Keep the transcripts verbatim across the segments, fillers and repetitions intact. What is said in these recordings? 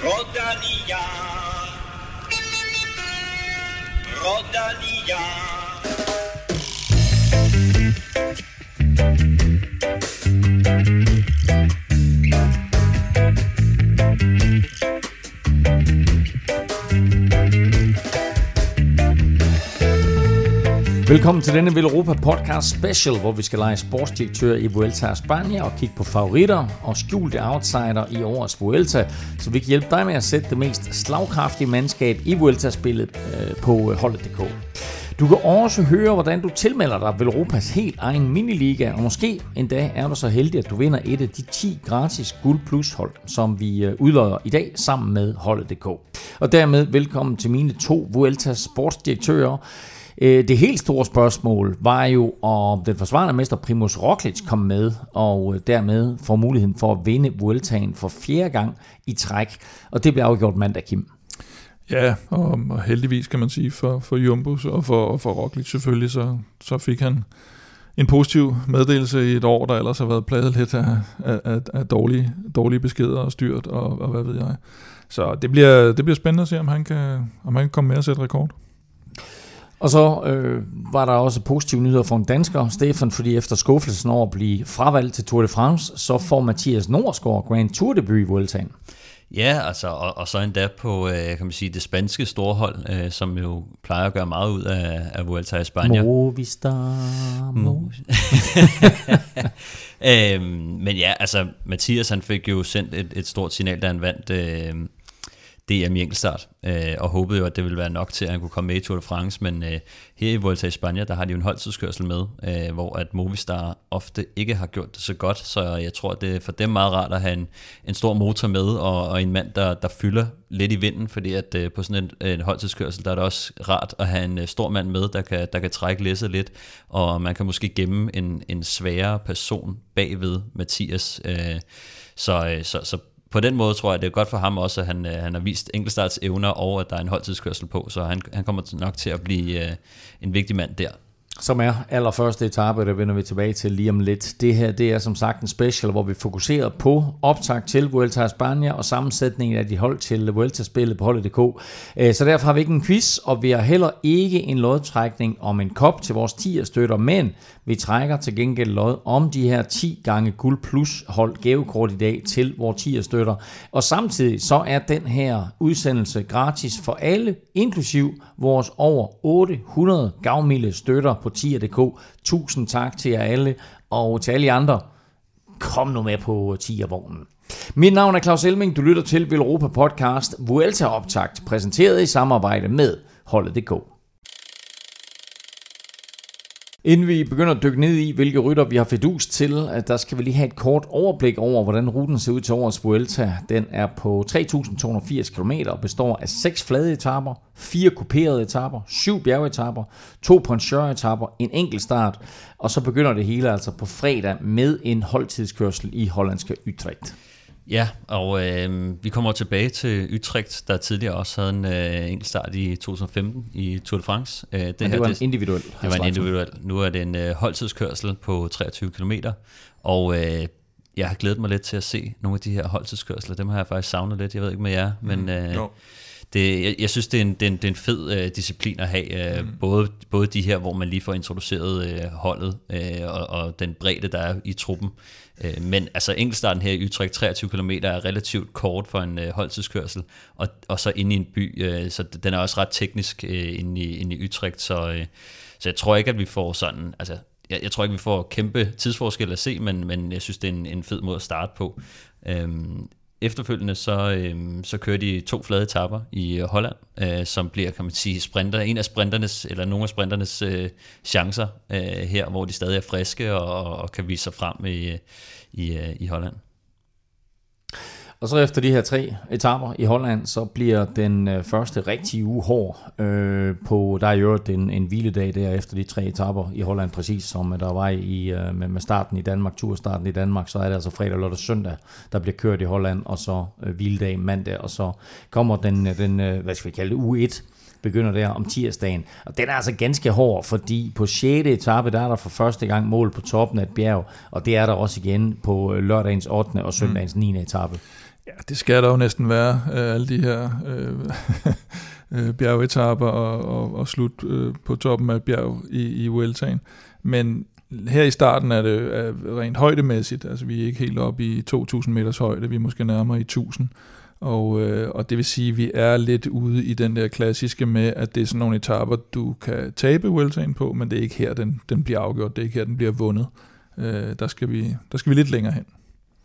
Rodalia, Rodalia. Velkommen til denne Velropa Podcast Special, hvor vi skal lege sportsdirektør i Vuelta a España og kigge på favoritter og skjulte outsider i årets Vuelta, så vi kan hjælpe dig med at sætte det mest slagkraftige mandskab i Vuelta-spillet på holdet punktum d k. Du kan også høre, hvordan du tilmelder dig Velropas helt egen miniliga, og måske endda er du så heldig, at du vinder et af de ti gratis Guld Plus hold, som vi udlodder i dag sammen med holdet punktum d k. Og dermed velkommen til mine to Vuelta sportsdirektører. Det helt store spørgsmål var jo, om den forsvarende mester Primož Roglič kom med, og dermed får muligheden for at vinde Vueltaen for fjerde gang i træk. Og det blev afgjort mandag, Kim. Ja, og heldigvis kan man sige for, for Jumbo og for, og for Roglič selvfølgelig, så, så fik han en positiv meddelelse i et år, der ellers har været plaget lidt af, af, af dårlige, dårlige beskeder og styrt, og, og hvad ved jeg. Så det bliver, det bliver spændende at se, om han kan, om han kan komme med og sætte rekord. Og så øh, var der også positive nyheder for en dansker, Stefan, fordi efter skuffelsen over at blive fravalgt til Tour de France, så får Mathias Norsgaard Grand Tour debut i Vueltaen. Ja, altså, og, og så endda på, øh, kan man sige, det spanske storhold, øh, som jo plejer at gøre meget ud af, af Vuelta a España. Movistar. øhm, men ja, altså, Mathias, han fik jo sendt et, et stort signal, da han vandt øh, D M i enkeltstart, øh, og håbede jo, at det ville være nok til, at han kunne komme med i Tour de France, men øh, her i Vuelta a España, der har de jo en holdtidskørsel med, øh, hvor at Movistar ofte ikke har gjort det så godt, så jeg tror, at det er for dem meget rart at have en, en stor motor med, og, og en mand, der, der fylder lidt i vinden, fordi at øh, på sådan en, en holdtidskørsel, der er det også rart at have en uh, stor mand med, der kan, der kan trække læsset lidt, og man kan måske gemme en, en sværere person bagved Mathias, øh, så, så, så på den måde tror jeg, det er godt for ham også, at han, han har vist enkeltstarts evner, og at der er en holdtidskørsel på, så han, han kommer nok til at blive uh, en vigtig mand der. Som er allerførste etape, der vender vi tilbage til lige om lidt. Det her, det er som sagt en special, hvor vi fokuserer på optakt til Vuelta a España og sammensætningen af de hold til Vuelta-spillet på holdet punktum d k. Så derfor har vi ikke en quiz, og vi har heller ikke en lodtrækning om en kop til vores tier-støtter, men vi trækker til gengæld lod om de her ti gange Guld Plus hold gavekort i dag til vores tier-støtter. Og samtidig så er den her udsendelse gratis for alle, inklusiv vores over otte hundrede gavmilde støtter på tier punktum d k. Tusind tak til jer alle, og til alle andre, kom nu med på tiervognen. Mit navn er Claus Elming, du lytter til Velropa Podcast Vuelta Optakt, præsenteret i samarbejde med holdet punktum d k. Inden vi begynder at dykke ned i, hvilke rytter vi har fidus til, der skal vi lige have et kort overblik over, hvordan ruten ser ud til årets Vuelta. Den er på tre tusind to hundrede og firs kilometer og består af seks flade etaper, fire kuperede etaper, syv bjergetapper, to pointsure-etaper, en enkelt start, og så begynder det hele altså på fredag med en holdtidskørsel i hollandske Utrecht. Ja, og øh, vi kommer tilbage til Utrecht, der tidligere også havde en øh, enkelt start i to tusind og femten i Tour de France. Øh, det, det her, var det, en individuel. Det var en individuel. Nu er det en øh, holdtidskørsel på treogtyve kilometer, og øh, jeg har glædet mig lidt til at se nogle af de her holdtidskørsler. Dem har jeg faktisk savnet lidt, jeg ved ikke med jer, mm. men øh, det, jeg, jeg synes, det er en, det er en, det er en fed øh, disciplin at have. Øh, mm. både, både de her, hvor man lige får introduceret øh, holdet øh, og, og den bredde, der er i truppen. Men altså enkeltstarten her i Utrecht, treogtyve kilometer, er relativt kort for en øh, holdtidskørsel, og, og så inde i en by, øh, så den er også ret teknisk øh, inde, i, inde i Utrecht, så, øh, så jeg tror ikke, at vi får sådan, altså jeg, jeg tror ikke, vi får kæmpe tidsforskel at se, men, men jeg synes, det er en, en fed måde at starte på. Øhm, Efterfølgende så, øhm, så kører de to flade etaper i Holland, øh, som bliver, kan man sige, sprinter, en af sprinternes, eller nogle af sprinternes øh, chancer øh, her, hvor de stadig er friske og, og kan vise sig frem i, i, i Holland. Og så efter de her tre etaper i Holland, så bliver den øh, første rigtige uge hård. Øh, på, der er jo en, en hviledag der efter de tre etaper i Holland, præcis som der var i, øh, med, med starten i Danmark, turstarten i Danmark, så er det altså fredag, lørdag, søndag, der bliver kørt i Holland, og så øh, hviledag mandag, og så kommer den, den øh, hvad skal vi kalde det, uge et begynder der om tirsdagen. Og den er altså ganske hård, fordi på sjette etape, der er der for første gang mål på toppen af et bjerg, og det er der også igen på lørdagens ottende og søndagens niende etape. Ja, det skal der jo næsten være, alle de her øh, bjergetapper og, og, og slut øh, på toppen af et bjerg i, i Vueltaen. Men her i starten er det er rent højdemæssigt, altså vi er ikke helt oppe i to tusind meters højde, vi er måske nærmere i tusind. Og, øh, og det vil sige, at vi er lidt ude i den der klassiske med, at det er sådan nogle etaper, du kan tabe Vueltaen på, men det er ikke her, den, den bliver afgjort, det er ikke her, den bliver vundet. Øh, der, skal vi, der skal vi lidt længere hen.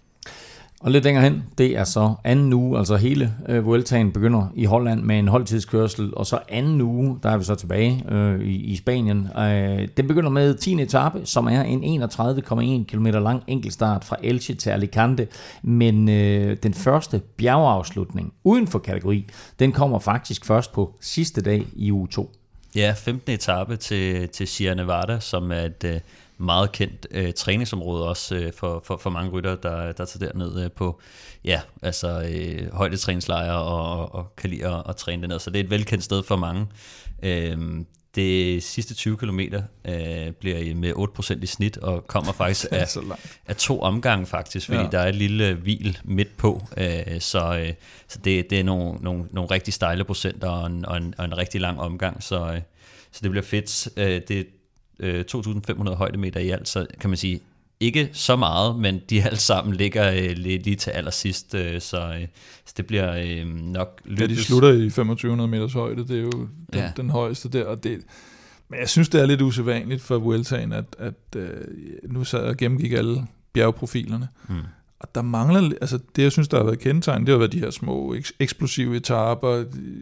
Og lidt længere hen, det er så anden uge, altså hele øh, Vueltaen begynder i Holland med en holdtidskørsel, og så anden uge, der er vi så tilbage øh, i, i Spanien. Øh, den begynder med tiende etape, som er en enogtredive komma en kilometer lang enkeltstart fra Elche til Alicante, men øh, den første bjergeafslutning uden for kategori, den kommer faktisk først på sidste dag i uge to. Ja, femtende etape til, til Sierra Nevada, som er et øh, meget kendt øh, træningsområde også øh, for, for, for mange ryttere, der, der tager derned øh, på ja, altså, øh, højdetræningslejre og, og, og kan lide at, at træne derned. Så det er et velkendt sted for mange. Øh, det sidste tyve kilometer øh, bliver med otte procent i snit og kommer faktisk af, af to omgange faktisk, fordi ja. Der er et lille hvil midt på. Øh, så øh, så det, det er nogle, nogle, nogle rigtig stejle procenter og en, og en, og en rigtig lang omgang. Så, øh, så det bliver fedt. Øh, det er to tusind fem hundrede højdemeter i alt, så kan man sige, ikke så meget, men de alle sammen ligger øh, lige, lige til allersidst, øh, så, øh, så det bliver øh, nok lykkes. Ja, de slutter i femogtyve hundrede meters højde, det er jo den, ja. den højeste der, og det, men jeg synes, det er lidt usædvanligt for Vueltaen, at, at øh, nu sad jeg og gennemgik alle bjergprofilerne, mm. og der mangler, altså det jeg synes, der har været kendetegn, det har været de her små eks- eksplosive etaper,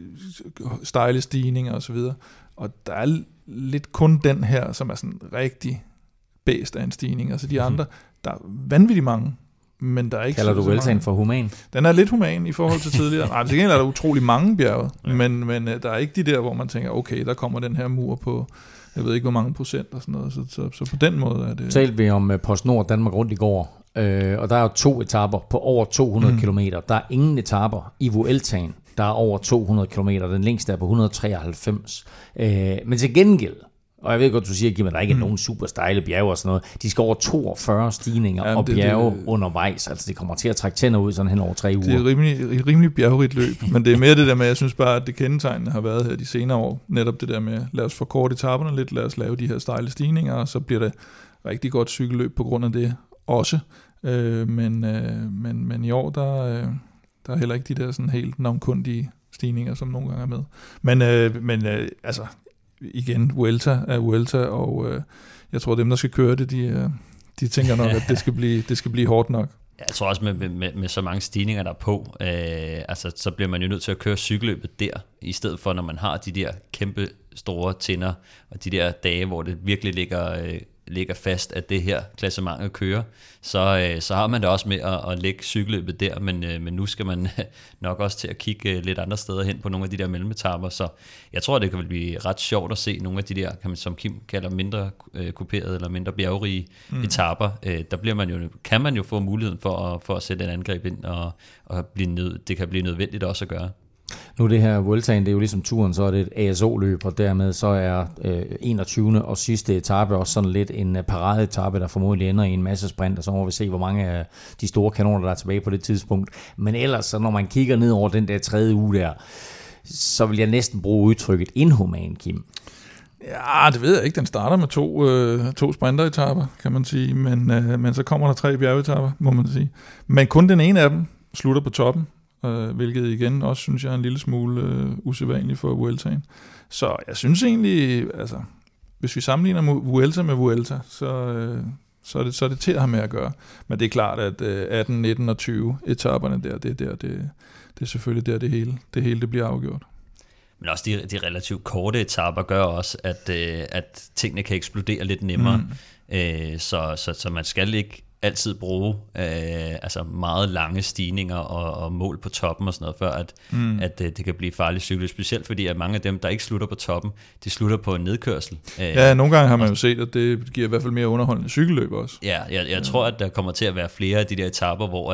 stejle stigninger osv., og der er lidt kun den her, som er sådan rigtig bedst af en stigning. Altså de andre, der er vanvittigt mange, men der er ikke Kalder så, du Vueltaen for human? Den er lidt human i forhold til tidligere. Nej, til gengæld er der utrolig mange bjerge, ja. men, men der er ikke de der, hvor man tænker, okay, der kommer den her mur på, jeg ved ikke hvor mange procent og sådan noget, så, så, så på den måde er det... Talte vi om PostNord Danmark rundt i går, øh, og der er jo to etaper på over to hundrede mm. kilometer. Der er ingen etaper i Vueltaen, der er over to hundrede kilometer. Den længste er på et hundrede og treoghalvfems. Øh, men til gengæld, og jeg ved godt, du siger, at der ikke er mm. nogen super stejle bjerge og sådan noget. De skal over toogfyrre stigninger Jamen, og det, bjerge det, undervejs. Altså det kommer til at trække tænder ud sådan hen over tre uger. Det er et rimelig, rimelig bjergerigt løb. Men det er mere det der med, jeg synes bare, at det kendetegnende har været her de senere år. Netop det der med, lad os forkorte etaperne lidt, lad os lave de her stejle stigninger, og så bliver det rigtig godt cykelløb på grund af det også. Øh, men, øh, men, men i år, der, øh, der er heller ikke de der sådan helt navnkundige stigninger, som nogle gange er med. Men, øh, men øh, altså... igen, Vuelta er Vuelta, og øh, jeg tror, dem, der skal køre det, de, øh, de tænker nok, at det skal blive, det skal blive hårdt nok. Jeg tror også, med, med, med så mange stigninger, der er på, øh, altså, så bliver man jo nødt til at køre cykelløbet der, i stedet for, når man har de der kæmpe store tinder, og de der dage, hvor det virkelig ligger, øh, ligger fast, at det her klassementet kører, så, øh, så har man det også med at, at lægge cykelløbet der, men, øh, men nu skal man nok også til at kigge lidt andre steder hen på nogle af de der mellemetapper, så jeg tror, det kan blive ret sjovt at se nogle af de der, kan man, som Kim kalder mindre øh, kuperede eller mindre bjergrige mm. etaper. Øh, der bliver man jo, kan man jo få muligheden for at, for at sætte en angreb ind, og, og blive nød, det kan blive nødvendigt også at gøre. Nu det her Vueltaen, det er jo ligesom turen, så er det et A S O-løb, og dermed så er øh, enogtyvende og sidste etape også sådan lidt en paradeetape, der formodentlig ender i en masse sprint, og så må vi se, hvor mange af de store kanoner, der er tilbage på det tidspunkt. Men ellers, så når man kigger ned over den der tredje uge der, så vil jeg næsten bruge udtrykket inhuman, Kim. Ja, det ved jeg ikke. Den starter med to, øh, to sprinteretapper, kan man sige, men, øh, men så kommer der tre bjergetapper, må man sige. Men kun den ene af dem slutter på toppen, øh, hvilket igen også synes jeg er en lille smule øh, usædvanligt for Vueltaen. Så jeg synes egentlig, altså, hvis vi sammenligner Vuelta med Vuelta, så, øh, så, er det, så er det til at have med at gøre. Men det er klart, at øh, atten, nitten og tyve etaperne der, det er der, det, det er selvfølgelig der, det hele, det hele det bliver afgjort. Men også de, de relativt korte etaper gør også, at, øh, at tingene kan eksplodere lidt nemmere. Mm. Øh, så, så, så man skal ikke altid bruge øh, altså meget lange stigninger og, og mål på toppen og sådan noget, før at, mm. at øh, det kan blive farligt cykelløb. Specielt fordi, at mange af dem, der ikke slutter på toppen, de slutter på en nedkørsel. Øh, ja, nogle gange har man jo set, at det giver i hvert fald mere underholdende cykelløb også. Ja, jeg, jeg ja. tror, at der kommer til at være flere af de der etaper, hvor at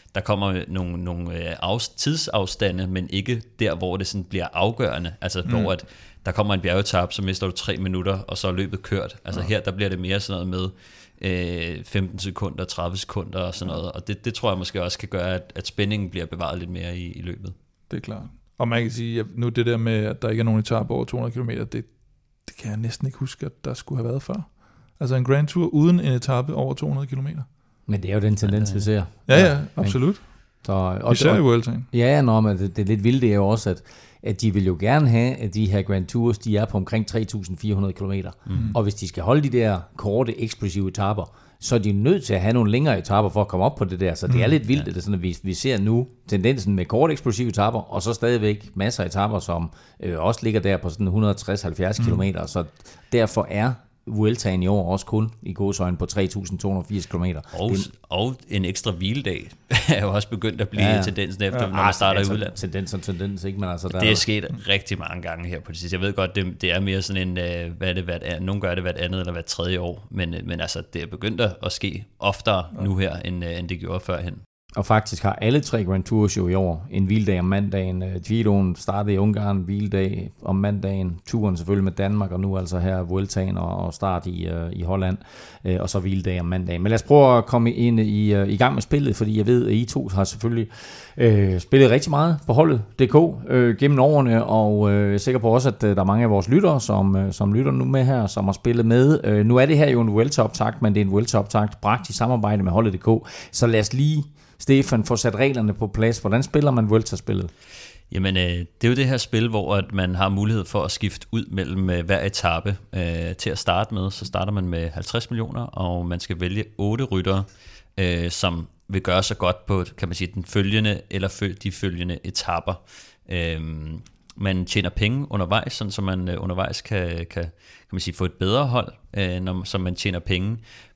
der kommer nogle, nogle af, tidsafstande, men ikke der, hvor det sådan bliver afgørende. Altså mm. hvor at der kommer en bjergetap, så mister du tre minutter, og så er løbet kørt. Altså ja. Her, der bliver det mere sådan noget med øh, femten sekunder, tredive sekunder og sådan noget. Og det, det tror jeg måske også kan gøre, at, at spændingen bliver bevaret lidt mere i, i løbet. Det er klart. Og man kan sige, at nu det der med, at der ikke er nogen etape over to hundrede kilometer, det, det kan jeg næsten ikke huske, at der skulle have været før. Altså en Grand Tour uden en etape over to hundrede kilometer. Men det er jo den tendens, vi ser. Ja, ja, absolut. Så, og Især i Vueltaen. Ja, nå, men det, det er lidt vildt, det er jo også, at, at de vil jo gerne have, at de her Grand Tours, de er på omkring tre tusind fire hundrede kilometer. Mm. Og hvis de skal holde de der korte, eksplosive etaper, så er de nødt til at have nogle længere etaper for at komme op på det der. Så det mm. er lidt vildt, ja. Det er sådan, at vi, vi ser nu tendensen med korte, eksplosive etaper, og så stadigvæk masser af etaper, som øh, også ligger der på sådan et hundrede og tres til halvfjerds mm. kilometer. Så derfor er Vueltaen i år også kun i gåseøjne på tre tusind to hundrede og firs kilometer. Og, og en ekstra hviledag er jo også begyndt at blive ja, ja. tendensen efter, ja, når man starter altså, i udlandet. Tendens og tendens, ikke? Men altså, der det er sket rigtig mange gange her på det sidste. Jeg ved godt, det, det er mere sådan en, hvad er det, hvad er, nogen gør det hvert andet eller hvert tredje år, men, men altså, det er begyndt at ske oftere ja. nu her, end, end det gjorde førhen. Og faktisk har alle tre Grand Tours jo i år en hviledag om mandagen. Giroen startede i Ungarn, hviledag om mandagen. Turen selvfølgelig med Danmark, og nu altså her Vueltaen og start i, uh, i Holland. Uh, og så hviledag om mandagen. Men lad os prøve at komme ind i, uh, i gang med spillet, fordi jeg ved, at I to har selvfølgelig uh, spillet rigtig meget på holdet punktum d k uh, gennem årene, og uh, jeg er sikker på også, at uh, der er mange af vores lyttere, som, uh, som lytter nu med her, som har spillet med. Uh, nu er det her jo en Vuelta-optakt, men det er en Vuelta-optakt bragt i samarbejde med holdet punktum d k. Så lad os lige Stefan, får sat reglerne på plads. Hvordan spiller man Vuelta-spillet? Jamen, øh, det er jo det her spil, hvor at man har mulighed for at skifte ud mellem øh, hver etape. Øh, til at starte med, så starter man med halvtreds millioner, og man skal vælge otte ryttere, øh, som vil gøre sig godt på, kan man sige, den følgende eller de følgende etaper. Øh, man tjener penge undervejs, sådan så man øh, undervejs kan, kan, kan man sige, få et bedre hold, øh, når, så man tjener penge.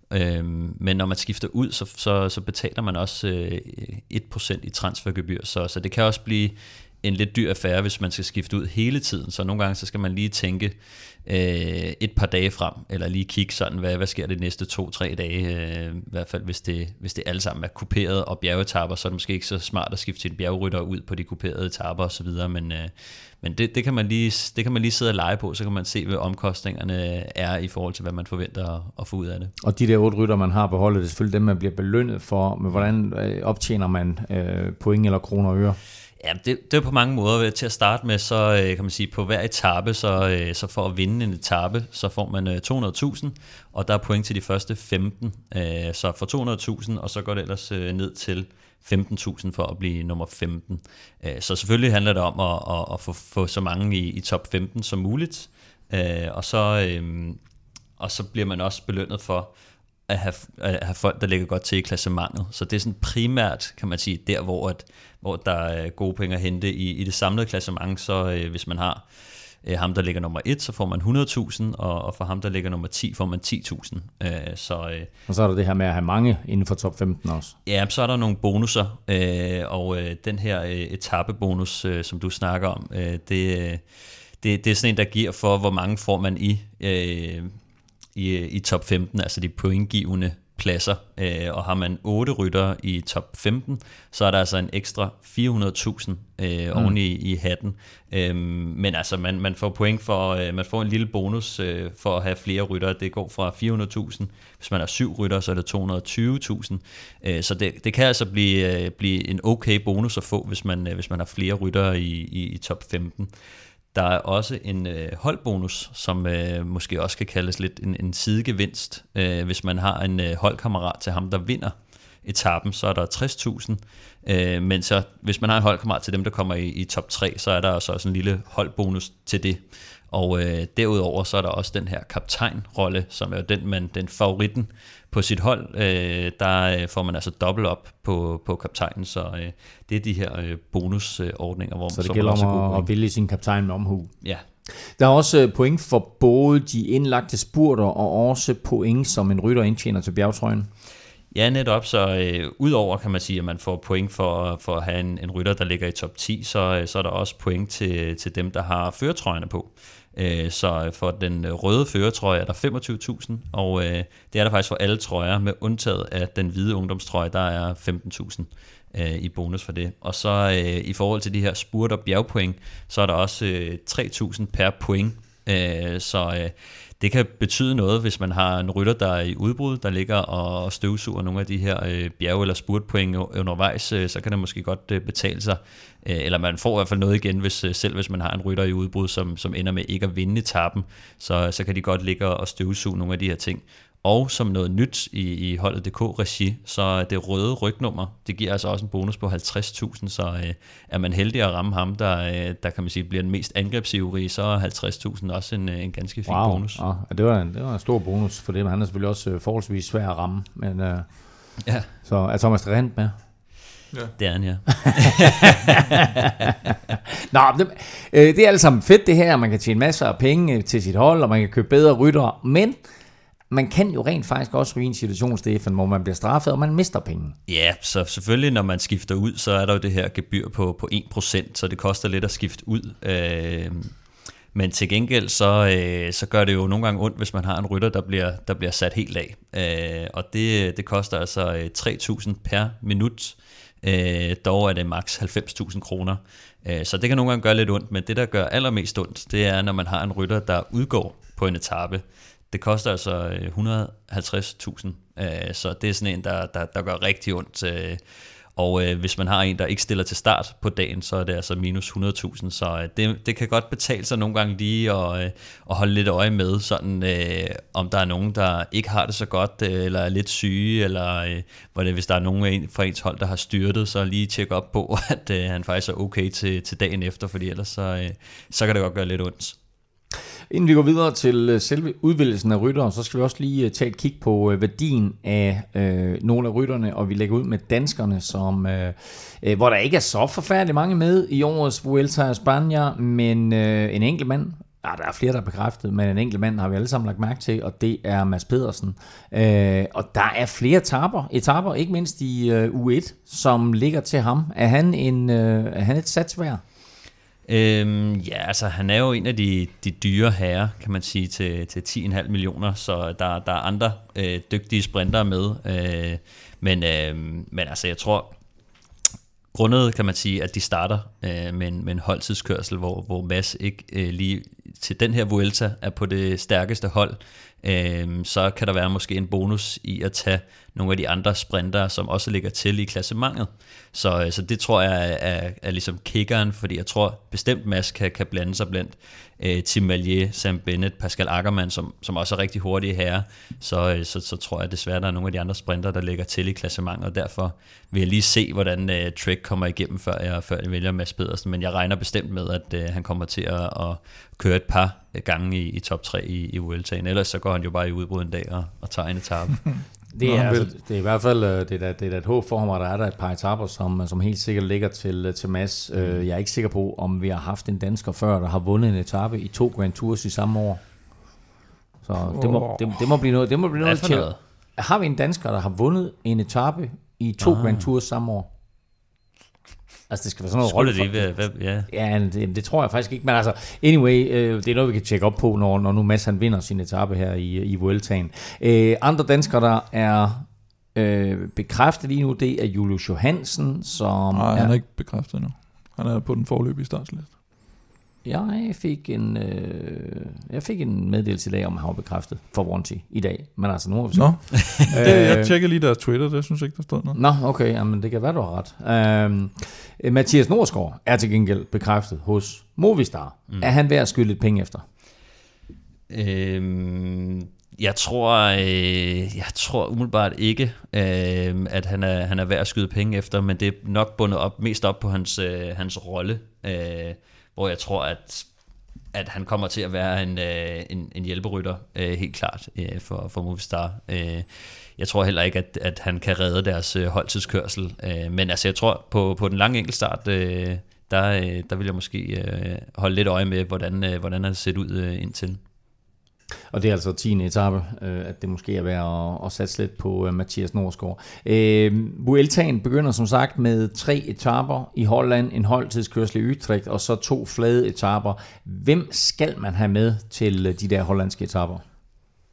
Øhm, men når man skifter ud, så, så, så betaler man også øh, et procent i transfergebyr, så, så det kan også blive en lidt dyr affære, hvis man skal skifte ud hele tiden. Så nogle gange så skal man lige tænke øh, et par dage frem, eller lige kigge sådan, hvad, hvad sker det de næste to-tre dage, øh, i hvert fald hvis det, hvis det alle sammen er kuperet og bjergetapper, så er det måske ikke så smart at skifte sin bjergrytter ud på de kuperede etapper osv., men, øh, men det, det, kan man lige, det kan man lige sidde og lege på, så kan man se, hvad omkostningerne er i forhold til, hvad man forventer at, at få ud af det. Og de der otte rytter, man har på holdet, det er selvfølgelig dem, man bliver belønnet for, men hvordan optjener man øh, point eller kroner og øre? Ja, det, det er på mange måder. Til at starte med, så kan man sige, på hver etape, så, så for at vinde en etape, så får man to hundrede tusind, og der er point til de første femten. Så for to hundrede tusind, og så går det ellers ned til femten tusind for at blive nummer femten. Så selvfølgelig handler det om at, at, at få, få så mange i, i top femten som muligt, og så, og så bliver man også belønnet for at have, at have folk, der ligger godt til i klassementet. Så det er sådan primært, kan man sige, der hvor, at, hvor der er gode penge at hente i, i det samlede klassement. Så øh, hvis man har øh, ham, der ligger nummer et, så får man hundrede tusind, og, og for ham, der ligger nummer ti, får man ti tusind. Øh, så, øh, og så er der det her med at have mange inden for top femten også. Ja, så er der nogle bonusser, øh, og øh, den her øh, etapebonus, øh, som du snakker om, øh, det, øh, det, det er sådan en, der giver for, hvor mange får man i... Øh, I, i top femten, altså de pointgivende pladser, øh, og har man otte ryttere i top femten, så er der altså en ekstra fire hundrede tusind øh, mm. oven i, i hatten. Øh, men altså, man, man får point for, øh, man får en lille bonus øh, for at have flere ryttere. Det går fra fire hundrede tusind. Hvis man har syv ryttere, så er det to hundrede og tyve tusind. Øh, så det, det kan altså blive, øh, blive en okay bonus at få, hvis man, øh, hvis man har flere ryttere i, i, i top femten. Der er også en øh, holdbonus, som øh, måske også kan kaldes lidt en, en sidegevinst. Øh, hvis man har en øh, holdkammerat til ham, der vinder etappen, så er der tres tusind. Øh, men så, hvis man har en holdkammerat til dem, der kommer i, i top tre, så er der også, også en lille holdbonus til det. Og øh, derudover så er der også den her kaptajnrolle, som er den, man, den favoritten på sit hold. Øh, der får man altså dobbelt op på, på kaptajnen, så øh, det er de her øh, bonusordninger, hvor så det så gælder også om at, at vælge sin kaptajn med omhu. Ja. Der er også point for både de indlagte spurter og også point, som en rytter indtjener til bjergtrøjen. Ja, netop. Så øh, udover kan man sige, at man får point for, for at have en, en rytter, der ligger i top ti, så, øh, så er der også point til, til dem, der har førertrøjerne på. Øh, så for den røde førertrøje er der femogtyve tusind, og øh, det er der faktisk for alle trøjer, med undtaget af den hvide ungdomstrøje, der er femten tusind. øh, i bonus for det. Og så øh, i forhold til de her spurt- og bjergpoint, så er der også øh, tre tusind per point. Øh, så øh, det kan betyde noget, hvis man har en rytter, der er i udbrud, der ligger og støvsuger nogle af de her øh, bjerge- eller spurtpoint undervejs, øh, så kan det måske godt øh, betale sig. Øh, eller man får i hvert fald noget igen, hvis, øh, selv hvis man har en rytter i udbrud, som, som ender med ikke at vinde etappen, så, så kan de godt ligge og støvsuge nogle af de her ting. Og som noget nyt i, i holdet punktum d k-regi, så det røde rygnummer, det giver altså også en bonus på halvtreds tusind, så øh, er man heldig at ramme ham, der, øh, der kan man sige, bliver den mest angrebsivrige, så er halvtreds tusind også en, en ganske fin wow. bonus. Ja, det var, en, det var en stor bonus for det, men han er selvfølgelig også forholdsvis svær at ramme. Men, øh, ja. Så er Thomas Drent med? Ja. Det er han, ja. Nå, det, øh, det er alt sammen fedt det her, man kan tjene masser af penge til sit hold, og man kan købe bedre ryttere, men man kan jo rent faktisk også ryge en situation, Stefan, hvor man bliver straffet, og man mister penge. Ja, så selvfølgelig, når man skifter ud, så er der jo det her gebyr på, på en procent, så det koster lidt at skifte ud. Øh, men til gengæld, så, øh, så gør det jo nogle gange ondt, hvis man har en rytter, der bliver, der bliver sat helt af. Øh, og det, det koster altså tre tusind per minut. Øh, dog er det maks halvfems tusind kroner. Øh, så det kan nogle gange gøre lidt ondt, men det, der gør allermest ondt, det er, når man har en rytter, der udgår på en etape. Det koster altså et hundrede og halvtreds tusind, så det er sådan en, der, der, der gør rigtig ondt. Og hvis man har en, der ikke stiller til start på dagen, så er det altså minus hundrede tusind. Så det, det kan godt betale sig nogle gange lige at, at holde lidt øje med, sådan, om der er nogen, der ikke har det så godt, eller er lidt syge, eller hvor det, hvis der er nogen fra ens hold, der har styrtet, så lige tjekke op på, at han faktisk er okay til, til dagen efter, fordi ellers så, så kan det godt gøre lidt ondt. Inden vi går videre til selve udvælgelsen af ryttere, så skal vi også lige tage et kig på værdien af øh, nogle af rytterne, og vi lægger ud med danskerne, som, øh, hvor der ikke er så forfærdeligt mange med i årets Vuelta a España, men øh, en enkelt mand, ja, der er flere, der er bekræftet, men en enkelt mand har vi alle sammen lagt mærke til, og det er Mads Pedersen. Øh, og der er flere etaper, etaper ikke mindst i øh, U et, som ligger til ham. Er han, en, øh, er han et sats værd? Øhm, ja, altså han er jo en af de, de dyre herrer, kan man sige, til, til ti komma fem millioner, så der, der er andre øh, dygtige sprintere med. Øh, men, øh, men altså jeg tror, grundet kan man sige, at de starter øh, med, en, med en holdtidskørsel, hvor, hvor Mads ikke øh, lige til den her Vuelta er på det stærkeste hold, øh, så kan der være måske en bonus i at tage nogle af de andre sprintere, som også ligger til i klassementet. Så, så det tror jeg er, er, er ligesom kickeren, fordi jeg tror bestemt Mads kan, kan blande sig blandt øh, Tim Mallier, Sam Bennett, Pascal Ackermann, som, som også er rigtig hurtige herrer. Så, så, så tror jeg desværre, der er nogle af de andre sprinter, der ligger til i klassementet, og derfor vil jeg lige se, hvordan øh, Trek kommer igennem, før jeg, før jeg vælger Mads Pedersen. Men jeg regner bestemt med, at øh, han kommer til at, at køre et par gange i, i top tre i, i Vueltaen. Ellers så går han jo bare i udbrud en dag og, og tager en etape. Det er, altså, det er i hvert fald det er, det er et håb for ham, at der er der et par etaper, som, som helt sikkert ligger til, til Mads. Mm. Jeg er ikke sikker på, om vi har haft en dansker før, der har vundet en etape i to Grand Tours i samme år. Så det må, det, det må blive noget. Det må blive noget til. Noget? Har vi en dansker, der har vundet en etape i to ah. Grand Tours samme år? Altså det skal være sådan noget rolle. Det, hvad, hvad, ja, ja det, det tror jeg faktisk ikke. Men altså, anyway, øh, det er noget, vi kan tjekke op på, når, når nu Mads han vinder sin etape her i, i Vueltaen. Øh, andre danskere, der er øh, bekræftet lige nu, det er Julius Johansen, som... Nej, han er ikke bekræftet nu. Han er på den foreløbige startsliste. Jeg fik en, øh, jeg fik en meddelelse i dag, om han var bekræftet for Vonti i dag. Men altså, nu har vi så... Nå, det, jeg tjekker lige deres Twitter, det synes jeg ikke, der stod noget. Nå, okay, jamen, det kan være, du har ret. Øh, Mathias Norsgaard er til gengæld bekræftet hos Movistar. Mm. Er han værd at skylde lidt penge efter? Øhm, jeg tror, øh, jeg tror umiddelbart ikke, øh, at han er, han er værd at skyde penge efter, men det er nok bundet op, mest op på hans, øh, hans rolle, øh, hvor jeg tror, at, at han kommer til at være en, øh, en, en hjælperytter, øh, helt klart, øh, for, for Movistar. Øh, jeg tror heller ikke, at, at han kan redde deres øh, holdtidskørsel, øh, men altså, jeg tror, på, på den lange enkeltstart, øh, der, øh, der vil jeg måske øh, holde lidt øje med, hvordan, øh, hvordan han ser ud øh, indtil. Og det er altså tiende etape, øh, at det måske er værd at, at satse lidt på uh, Mathias Norsgaard. Øh, Vueltaen begynder som sagt med tre etaper i Holland, en holdtidskørsel i Utrecht, og så to flade etaper. Hvem skal man have med til de der hollandske etaper?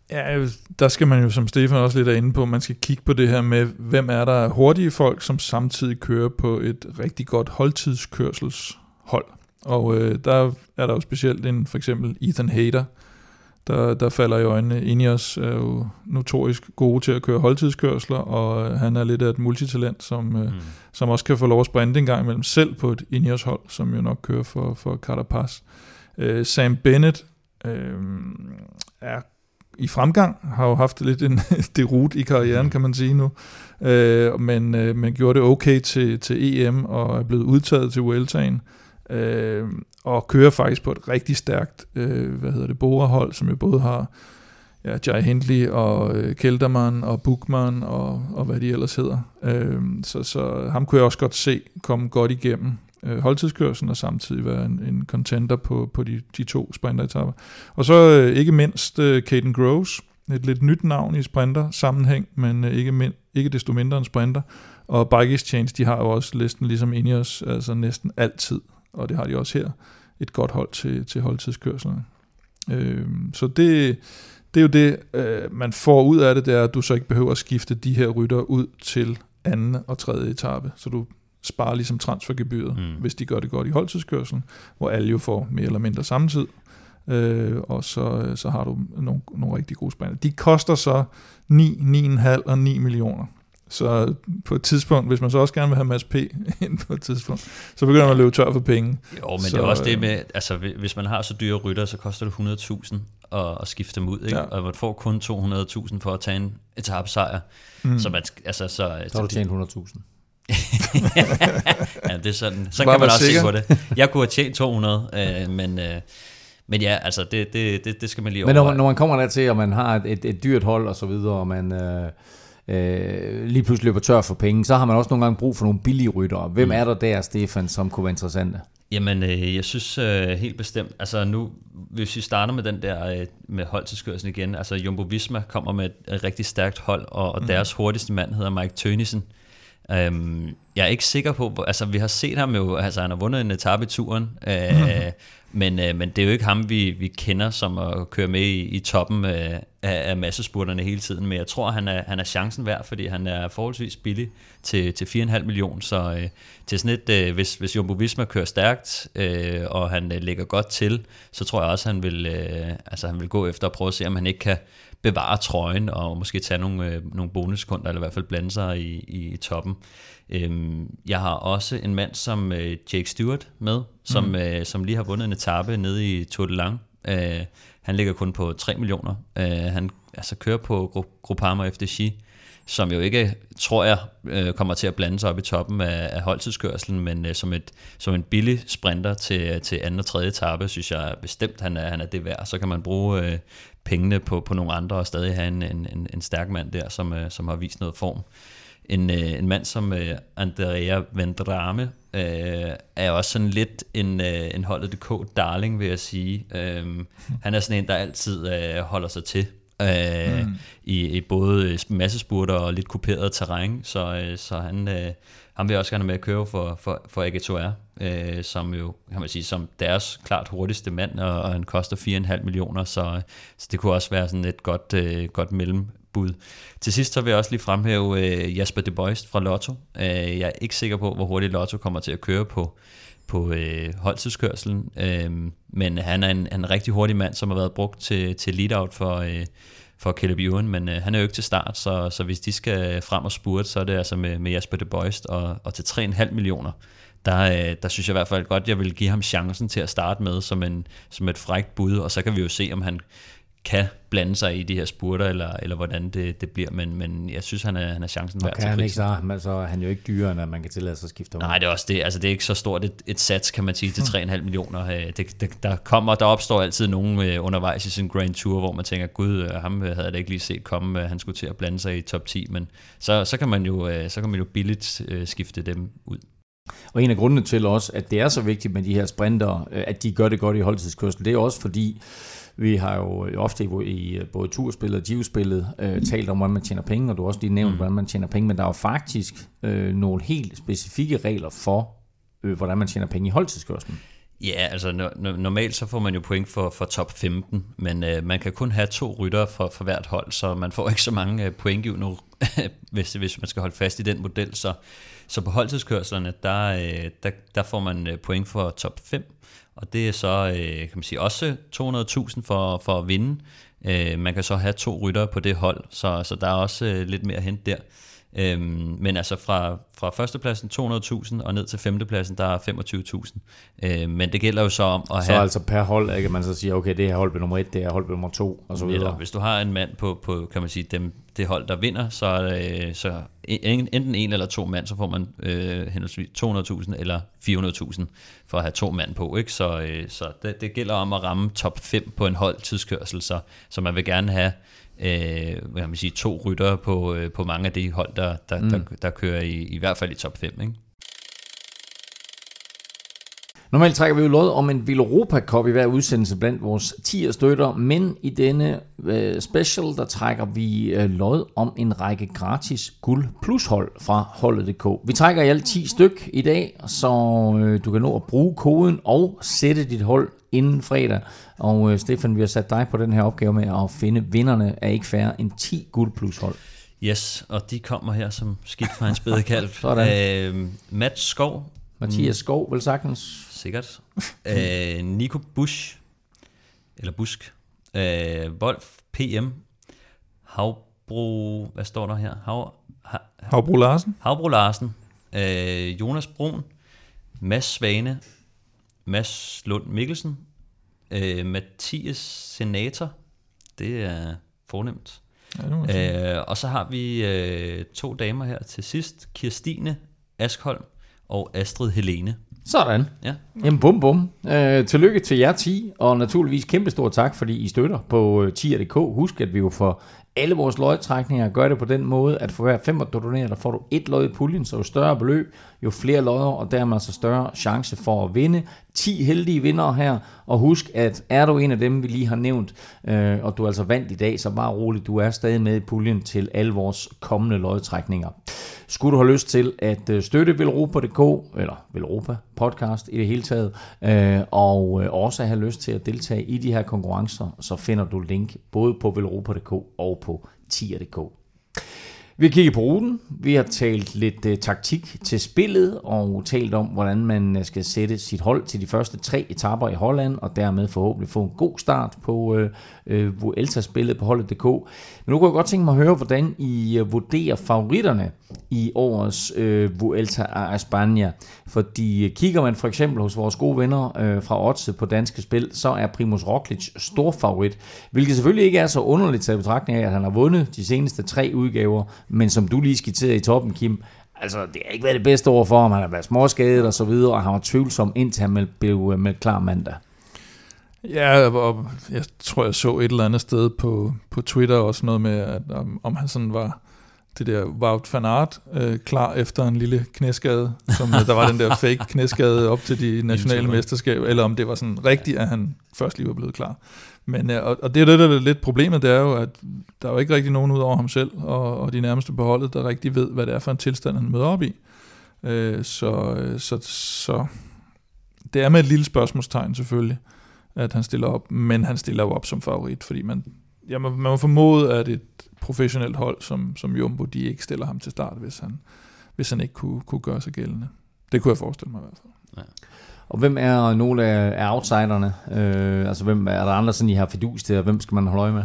Ja, der skal man jo, som Stefan også lidt er inde på, man skal kigge på det her med, hvem er der hurtige folk, som samtidig kører på et rigtig godt holdtidskørselshold. Og øh, der er der jo specielt en, for eksempel Ethan Hayter, der, der falder i øjnene. Ineos er jo notorisk gode til at køre holdtidskørsler, og han er lidt af et multitalent, som, mm. øh, som også kan få lov at sprinte en gang imellem selv på et Ineos hold, som jo nok kører for, for Carapaz. Øh, Sam Bennett øh, er i fremgang, har jo haft lidt en derut i karrieren, kan man sige nu, øh, men, øh, men gjorde det okay til, til E M, og er blevet udtaget til Vueltaen, øh, og kører faktisk på et rigtig stærkt, øh, hvad hedder det, Bora-hold, som jo både har ja, Jai Hindley og øh, Kelderman og Buchmann og, og hvad de ellers hedder. Øh, så, så ham kunne jeg også godt se komme godt igennem øh, holdtidskørslen og samtidig være en, en contender på, på de, de to sprinteretapper. Og så øh, ikke mindst øh, Caden Groves, et lidt nyt navn i sprinter-sammenhæng, men øh, ikke, mind, ikke desto mindre en sprinter. Og Bike Exchange, de har jo også listen ligesom Ineos, altså næsten altid, og det har de også her, et godt hold til, til holdtidskørslerne. Øh, så det, det er jo det, øh, man får ud af det, det er, at du så ikke behøver at skifte de her rytter ud til anden og tredje etape, så du sparer ligesom transfergebyret, mm. hvis de gør det godt i holdtidskørslen, hvor alle jo får mere eller mindre samme tid, øh, og så, så har du nogle, nogle rigtig gode sprinter. De koster så ni, ni komma fem og ni millioner. Så på et tidspunkt, hvis man så også gerne vil have Mads P. ind på et tidspunkt, så begynder man at løbe tør for penge. Jo, men så, det er også det med, altså hvis man har så dyre rytter, så koster det hundrede tusind at, at skifte dem ud, ikke? Ja. Og man får kun to hundrede tusind for at tage en etapesejr. Mm. Så man, altså så... Så har du tjent hundrede tusind. Ja, det er sådan, så kan man også sikker. Se på det. Jeg kunne have tjent to hundrede, øh, men... Øh, Men ja, altså det, det, det, det skal man lige overveje. Men når, når man kommer der til, at man har et, et, et dyrt hold og så videre, og man øh, øh, lige pludselig løber tør for penge, så har man også nogle gange brug for nogle billige ryttere. Hvem mm. er der der, Stefan, som kunne være interessante? Jamen, øh, jeg synes øh, helt bestemt, altså nu, hvis vi starter med den der øh, med holdtidskørslen igen, altså Jumbo Visma kommer med et, et rigtig stærkt hold, og, og mm. deres hurtigste mand hedder Mike Tønnesen. Um, jeg er ikke sikker på, altså vi har set ham jo, altså han har vundet en etape i turen, uh, men, uh, men det er jo ikke ham, vi, vi kender som at køre med i, i toppen uh, af, af massespurterne hele tiden, men jeg tror, han er, han er chancen værd, fordi han er forholdsvis billig til, til fire komma fem millioner, så uh, til sådan et, uh, hvis, hvis Jumbo Visma kører stærkt, uh, og han uh, lægger godt til, så tror jeg også, han vil, uh, altså, han vil gå efter at prøve at se, om han ikke kan bevare trøjen og måske tage nogle, øh, nogle bonussekunder, eller i hvert fald blande sig i, i, i toppen. Øhm, jeg har også en mand som øh, Jake Stewart med, som, mm. øh, som lige har vundet en etape nede i Tour de Lang. Øh, han ligger kun på tre millioner. Øh, han altså, kører på Groupama F D G, som jo ikke, tror jeg, øh, kommer til at blande sig op i toppen af, af holdtidskørslen, men øh, som, et, som en billig sprinter til, til anden og tredje etape, synes jeg bestemt, han er, han er det værd. Så kan man bruge øh, pengene på, på nogle andre og stadig have en, en, en stærk mand der, som, øh, som har vist noget form. En, øh, en mand som øh, Andrea Vendrame øh, er også sådan lidt en, øh, en holdet punktum d k darling, vil jeg sige. Øh, han er sådan en, der altid øh, holder sig til. Øh, mm. i, i både massespurter og lidt kuperet terræn, så, øh, så han, øh, han vil også gerne med at køre for, for, for A G to R, øh, som jo, kan man sige, som deres klart hurtigste mand, og, og han koster fire komma fem millioner, så, så det kunne også være sådan et godt, øh, godt mellembud. Til sidst så vil jeg også lige fremhæve øh, Jasper De Boist fra Lotto. Øh, jeg er ikke sikker på, hvor hurtigt Lotto kommer til at køre på på øh, holdtidskørslen, øh, men han er en, en rigtig hurtig mand, som har været brugt til, til lead-out for, øh, for Caleb Ewan, men øh, han er jo ikke til start, så, så hvis de skal frem og spurte, så er det altså med, med Jasper De Boist, og, og til tre komma fem millioner, der, øh, der synes jeg i hvert fald godt, jeg vil give ham chancen til at starte med, som, en, som et frækt bud, og så kan vi jo se, om han kan blande sig i de her spurter, eller, eller hvordan det, det bliver, men, men jeg synes, han er, han er chancen værd til han ikke så, men så er han jo ikke dyrere, end at man kan tillade sig at skifte om. Nej, det er også det, altså det er ikke så stort et, et sats, kan man sige, til tre komma fem millioner. Det, det, der kommer, der opstår altid nogen undervejs i sin Grand Tour, hvor man tænker, gud, ham havde jeg da ikke lige set komme, han skulle til at blande sig i top ti, men så, så, kan, man jo, så kan man jo billigt skifte dem ud. Og en af grundene til også, at det er så vigtigt med de her sprinter, at de gør det godt i holdtidskørsel, det er også fordi, vi har jo ofte i både turspillet og Giro-spillet øh, talt om, hvordan man tjener penge, og du har også lige nævnt, mm. hvordan man tjener penge, men der er jo faktisk øh, nogle helt specifikke regler for, øh, hvordan man tjener penge i holdtidskørslen. Ja, altså no, no, normalt så får man jo point for, for top femten, men øh, man kan kun have to ryttere for, for hvert hold, så man får ikke så mange øh, pointgivende, hvis, hvis man skal holde fast i den model. Så, så på holdtidskørslerne, der, øh, der, der får man øh, point for top fem, og det er så øh, kan man sige, også to hundrede tusind for, for at vinde. Øh, man kan så have to ryttere på det hold, så, så der er også øh, lidt mere at hente der. Øhm, men altså fra, fra førstepladsen to hundrede tusind og ned til femtepladsen, der er femogtyve tusind. Øhm, men det gælder jo så om at så have... Så altså per hold, ikke? Man så siger, okay, det er hold ved nummer et, det er hold ved nummer to, og så videre. Eller, hvis du har en mand på, på kan man sige, dem, det hold, der vinder, så er det, så enten en eller to mand, så får man øh, henholdsvis to hundrede tusind eller fire hundrede tusind for at have to mand på, ikke? Så, øh, så det, det gælder om at ramme top fem på en holdtidskørsel, så, så man vil gerne have Øh, hvad kan man sige, to ryttere på, øh, på mange af de hold, der, der, mm. der, der kører i, i hvert fald i top fem, ikke? Normalt trækker vi jo lod om en Villeuropa Cup i hver udsendelse blandt vores ti støtter, men i denne øh, special, der trækker vi øh, lod om en række gratis guld plus hold fra holdet punktum d k. Vi trækker i alt ti styk i dag, så øh, du kan nå at bruge koden og sætte dit hold inden fredag. Og øh, Stefan, vi har sat dig på den her opgave med at finde vinderne af ikke færre end ti guld plus hold. Yes, og de kommer her som skidt fra en spædekalv. øh, Mats Skov. Mathias Skov, vel sagtens. Sikkert. øh, Nico Busch, eller Busk. Øh, Wolf P M. Havbro, hvad står der her? Hav, ha, Havbro Larsen. Havbro Larsen. Øh, Jonas Brun. Mads Svane. Mads Lund Mikkelsen. Øh, Mathias Senator. Det er fornemt. Ja, øh, og så har vi øh, to damer her til sidst. Kirstine Askholm og Astrid Helene. Sådan. Ja. Jamen bum bum. Øh, tillykke til jer ti, og naturligvis kæmpe stor tak, fordi I støtter på ti punktum d k. Husk, at vi jo for alle vores lodtrækninger gør det på den måde, at for hver fem, du donerer, der får du et lod i puljen, så jo større beløb, jo flere lodder, og dermed så større chance for at vinde. ti heldige vindere her, og husk, at er du en af dem, vi lige har nævnt, øh, og du er altså vandt i dag, så bare roligt, du er stadig med i puljen til alle vores kommende lodtrækninger. Skulle du have lyst til at støtte Villeuropa punktum d k, eller Villeuropa podcast i det hele taget, øh, og øh, også have lyst til at deltage i de her konkurrencer, så finder du link både på Villeuropa punktum d k og på ti punktum d k. Vi har kigget på ruten, vi har talt lidt uh, taktik til spillet, og talt om, hvordan man skal sætte sit hold til de første tre etaper i Holland, og dermed forhåbentlig få en god start på uh, uh, Vuelta-spillet på holdet punktum d k. Men nu kunne jeg godt tænke mig at høre, hvordan I uh, vurderer favoritterne i årets uh, Vuelta a España. Fordi uh, kigger man for eksempel hos vores gode venner uh, fra Odds på Danske Spil, så er Primož Roglič stor favorit, hvilket selvfølgelig ikke er så underligt til betragtning af, at han har vundet de seneste tre udgaver, men som du lige skitserede i toppen, Kim, altså det har ikke været det bedste år for ham, han har været småskadet og så videre, og han var tvivlsom indtil han blev meldt klar mandag. Ja, og jeg tror, jeg så et eller andet sted på, på Twitter også noget med, at om, om han sådan var det der Wout van Aert øh, klar efter en lille knæskade, som der var den der fake knæskade op til de nationale mesterskaber, eller om det var sådan rigtigt, at han først lige var blevet klar. Men, og, og det er det, der er lidt problemet, det er jo, at der er jo ikke rigtig nogen ud over ham selv, og, og de nærmeste på holdet, der rigtig ved, hvad det er for en tilstand, han møder op i. Øh, så, så, så det er med et lille spørgsmålstegn selvfølgelig, at han stiller op, men han stiller jo op som favorit, fordi man, ja, man, man må formode, at et professionelt hold som, som Jumbo, de ikke stiller ham til start, hvis han, hvis han ikke kunne, kunne gøre sig gældende. Det kunne jeg forestille mig i hvert fald. Ja. Og hvem er nogle af outsiderne? Øh, altså, hvem er der andre, sådan I har fidus til, og hvem skal man holde øje med?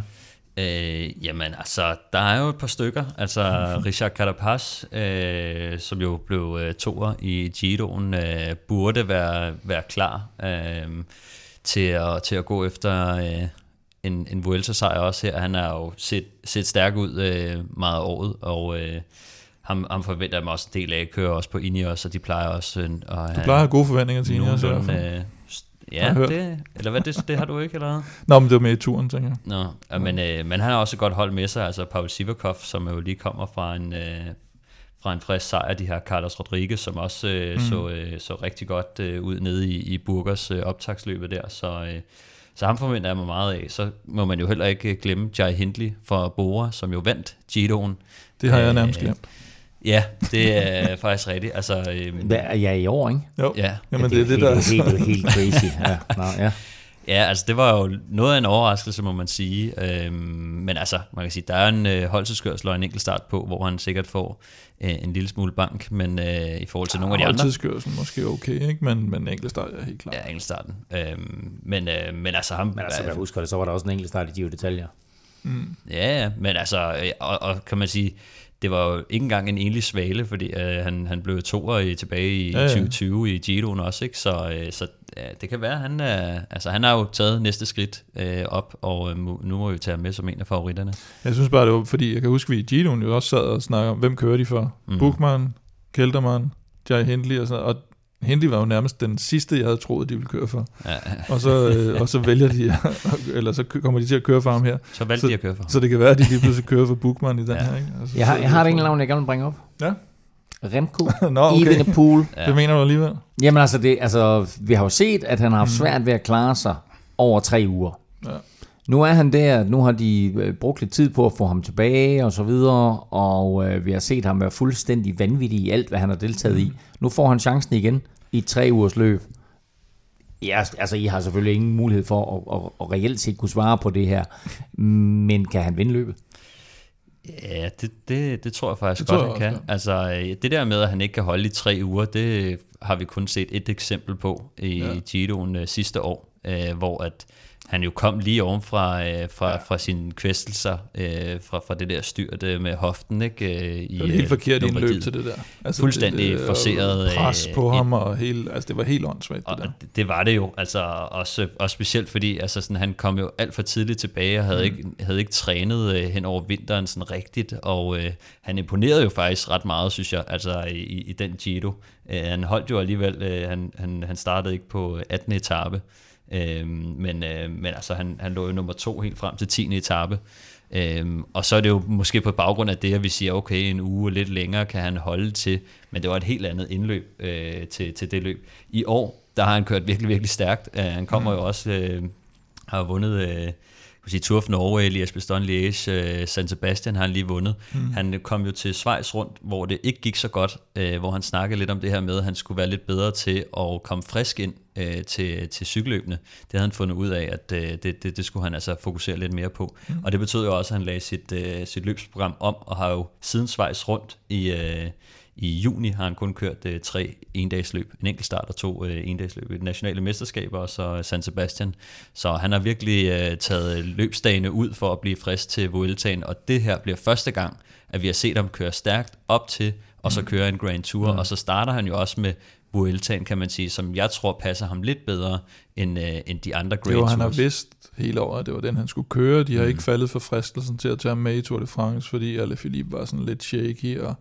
Øh, jamen, altså, der er jo et par stykker. Altså, Richard Carapaz, øh, som jo blev øh, toer i Giroen, øh, burde være, være klar øh, til, at, til at gå efter øh, en, en Vuelta-sejr også her. Han er jo set, set stærk ud øh, meget af året, og øh, Ham, ham forventer jeg også en del af, kører også på Ineos, og de plejer også at du plejer at have gode forventninger til Ineos i hvert fald. Øh, ja, det, eller hvad, det, det har du ikke, eller? Nå, men det var med i turen, tænker jeg. Nå, ja. men, øh, men han har også et godt hold med sig, altså Pavel Sivakov, som jo lige kommer fra en, øh, fra en frisk sejr, de her Carlos Rodriguez, som også øh, mm. så, øh, så rigtig godt øh, ud nede i, i Burgers øh, optagsløbet der, så... Øh, Så ham forventer jeg mig meget af. Så må man jo heller ikke glemme Jai Hindley fra Bora, som jo vandt Giroen. Det har jeg nærmest glemt. Ja, det er faktisk rigtigt. Altså, øhm, ja, i år, ikke? Jo, ja. Jamen, det, det, det, er helt, helt, helt crazy. Ja, Nå, ja. Ja, altså det var jo noget af en overraskelse, må man sige. Øhm, men altså, man kan sige, der er en øh, holdtidskørsel og en enkelt start på, hvor han sikkert får øh, en lille smule bank, men øh, i forhold til ja, nogle af de andre... Holdtidskørsel måske okay, ikke? Men, men enkelt start er helt klart. Ja, enkelt starten. Øhm, men, øh, men altså ham... Men altså, jeg husker det, så var der også en enkelt start i Giro d'Italia. Mm. Ja, ja, men altså, og, og kan man sige... Det var jo ikke engang en enlig svale, fordi øh, han, han blev toer i, tilbage i ja, ja. tyve tyve i Giroen også, ikke? Så, øh, så ja, det kan være, han er, altså han har jo taget næste skridt øh, op, og øh, nu må vi tage ham med som en af favoritterne. Jeg synes bare, det var, fordi jeg kan huske, at vi i Giroen jo også sad og snakkede om, hvem kører de for? Mm. Buchmann, Kelterman, Jai Hindley og sådan noget, og Hindley var jo nærmest den sidste, jeg havde troet, de ville køre for. Ja. Og, så, øh, og så vælger de, eller så kommer de til at køre for ham her. Så valgte så, de at køre for. Så det kan være, at de lige pludselig kører for Buchmann i den ja. her. Ikke? Altså, jeg har, jeg har et enkelt navn, jeg gerne vil bringe op. Ja. Remco, Nå, okay. Evenepoel. Ja. Det mener du alligevel? Jamen altså, det, altså, vi har jo set, at han har haft svært ved at klare sig over tre uger. Ja. Nu er han der, nu har de brugt lidt tid på at få ham tilbage og så videre, og øh, vi har set ham være fuldstændig vanvittig i alt, hvad han har deltaget mm. i. Nu får han chancen igen i et tre ugers løb. Ja, altså, I har selvfølgelig ingen mulighed for at, at, at reelt set kunne svare på det her, men kan han vinde løbet? Ja, det, det, det tror jeg faktisk det godt, han kan. Også. Altså, det der med, at han ikke kan holde i tre uger, det har vi kun set et eksempel på i ja. Giroen uh, sidste år, uh, hvor at han jo kom lige oven fra, øh, fra, ja. fra sine kvæstelser, øh, fra, fra det der styrt øh, med hoften. Ikke, øh, i, det var helt forkert i en løb til det der. Altså fuldstændig det, det, forceret. Pres på øh, ham, og hele, altså det var helt åndssvagt. Og det, der. Det, det var det jo, altså også, også specielt fordi altså sådan, han kom jo alt for tidligt tilbage, og havde, mm. ikke, havde ikke trænet øh, hen over vinteren sådan rigtigt, og øh, han imponerede jo faktisk ret meget, synes jeg, altså i, i den Giro. Øh, han holdt jo alligevel, øh, han, han, han startede ikke på attende etape, Øhm, men, øh, men altså han, han lå jo nummer to helt frem til tiende etape, øhm, og så er det jo måske på baggrund af det, at vi siger, okay, en uge lidt længere kan han holde til, men det var et helt andet indløb øh, til, til det løb. I år, der har han kørt virkelig, virkelig stærkt. Øh, han kommer mm. jo også, øh, har vundet øh, sige, Tour of Norway, Liège-Bastogne-Liège, øh, San Sebastian har han lige vundet. Mm. Han kom jo til Schweiz rundt, hvor det ikke gik så godt, øh, hvor han snakkede lidt om det her med, at han skulle være lidt bedre til at komme frisk ind øh, til, til cykelløbene. Det havde han fundet ud af, at øh, det, det, det skulle han altså fokusere lidt mere på. Mm. Og det betød jo også, at han lagde sit, øh, sit løbsprogram om, og har jo siden Schweiz rundt i... Øh, I juni har han kun kørt øh, tre endagsløb, en enkelt start og to øh, endagsløb i de nationale mesterskaber, og så San Sebastian. Så han har virkelig øh, taget løbsdagene ud for at blive frisk til Vueltaen, og det her bliver første gang, at vi har set ham køre stærkt op til, og så køre en Grand Tour, mm. og så starter han jo også med Vueltaen, kan man sige, som jeg tror passer ham lidt bedre end, øh, end de andre Grand Tours. Han har vidst hele året, at det var den, han skulle køre. De har mm. ikke faldet for fristelsen til at tage ham med i Tour de France, fordi Alaphilippe var sådan lidt shaky, og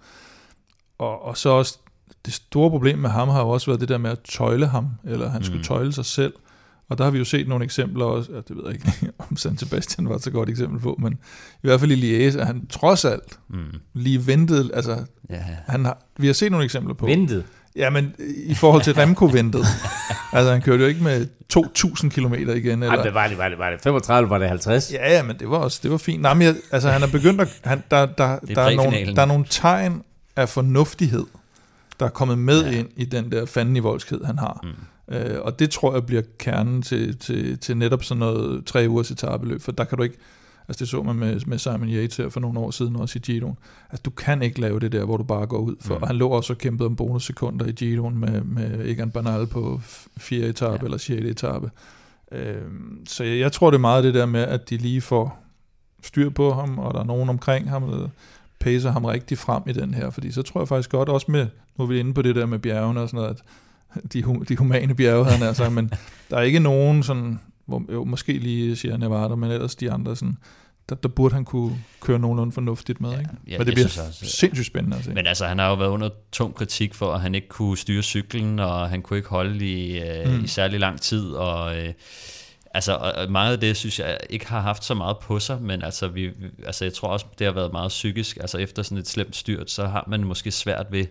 Og, og så også, det store problem med ham har jo også været det der med at tøjle ham, eller han skulle mm. tøjle sig selv. Og der har vi jo set nogle eksempler også, ja, det ved jeg ikke, om San Sebastian var et så godt eksempel på, men i hvert fald i Liège, at han trods alt mm. lige ventede, altså, yeah. han har, vi har set nogle eksempler på. Ventet? Ja, men i forhold til Remco ventede. Altså, han kørte jo ikke med to tusind kilometer igen. Eller? Ej, det var det, var det, var det femogtredive, var det halvtreds? Ja, ja, men det var også, det var fint. Nej, men jeg, altså, han er begyndt at, han, der, der, der, er nogle, der er nogle tegn af fornuftighed, der er kommet med ja. ind i den der fandenivoldskhed, han har. Mm. Øh, og det tror jeg bliver kernen til, til, til netop sådan noget tre ugers etabeløb, for der kan du ikke, altså det så man med, med Simon Yates her for nogle år siden også i Giroen, altså du kan ikke lave det der, hvor du bare går ud, for mm. han lå også og kæmpede om bonussekunder i Giroen med, med Egan Bernal på fjerde etape ja. eller sjette etape. Øh, så jeg, jeg tror det er meget det der med, at de lige får styr på ham, og der er nogen omkring ham, der pacer ham rigtig frem i den her, fordi så tror jeg faktisk godt, også med, nu er vi inde på det der med bjergene og sådan noget, at de, de humane bjerge, han er sagt, men der er ikke nogen sådan, hvor, jo, måske lige siger Nevada, men ellers de andre sådan, der, der burde han kunne køre nogenlunde fornuftigt med, ja, ikke? Ja, men det bliver også sindssygt spændende at se. Men altså, han har jo været under tung kritik for, at han ikke kunne styre cyklen, og han kunne ikke holde i, øh, mm. i særlig lang tid, og øh, altså, og meget af det, synes jeg, ikke har haft så meget på sig, men altså, vi, altså, jeg tror også, det har været meget psykisk. Altså, efter sådan et slemt styrt, så har man måske svært ved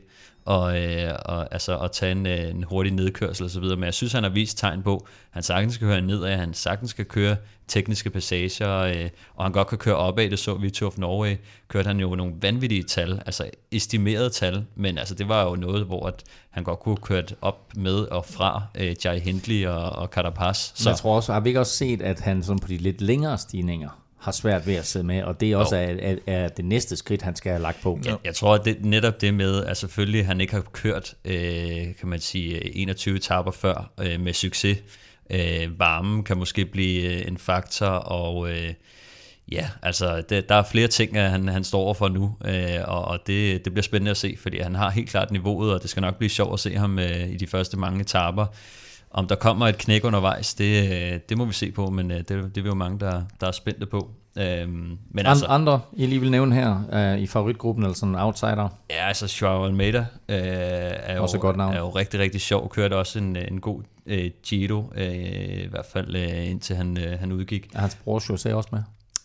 og, øh, og, altså, at tage en, en hurtig nedkørsel og så videre, men jeg synes, han har vist tegn på, at han sagtens skal køre nedad, han sagtens skal køre tekniske passager, øh, og han godt kan køre opad. Det så vi i Tour of Norway, kørte han jo nogle vanvittige tal, altså estimerede tal, men altså, det var jo noget, hvor at han godt kunne køre op med og fra øh, Jai Hindley og, og Carapaz. Så jeg tror også, har vi ikke også set, at han sådan på de lidt længere stigninger har svært ved at sidde med, og det også er, er, er det næste skridt, han skal have lagt på. Jeg, jeg tror, at det, netop det med, at selvfølgelig han ikke har kørt, øh, kan man sige, enogtyve etaper før øh, med succes. Øh, varmen kan måske blive en faktor, og øh, ja, altså det, der er flere ting, han, han står overfor nu, øh, og, og det, det bliver spændende at se, fordi han har helt klart niveauet, og det skal nok blive sjovt at se ham øh, i de første mange etaper. Om der kommer et knæk undervejs, det, det må vi se på, men det, det er vi jo mange, der, der er spændte på. Øhm, men altså, andre, I lige vil nævne her, uh, i favoritgruppen, eller sådan en outsider? Ja, altså Joao Almeida uh, er, jo, godt navn. er jo rigtig, rigtig sjov. Kørte også en, en god uh, Giro, uh, i hvert fald uh, indtil han, uh, han udgik. Er hans bror José også med?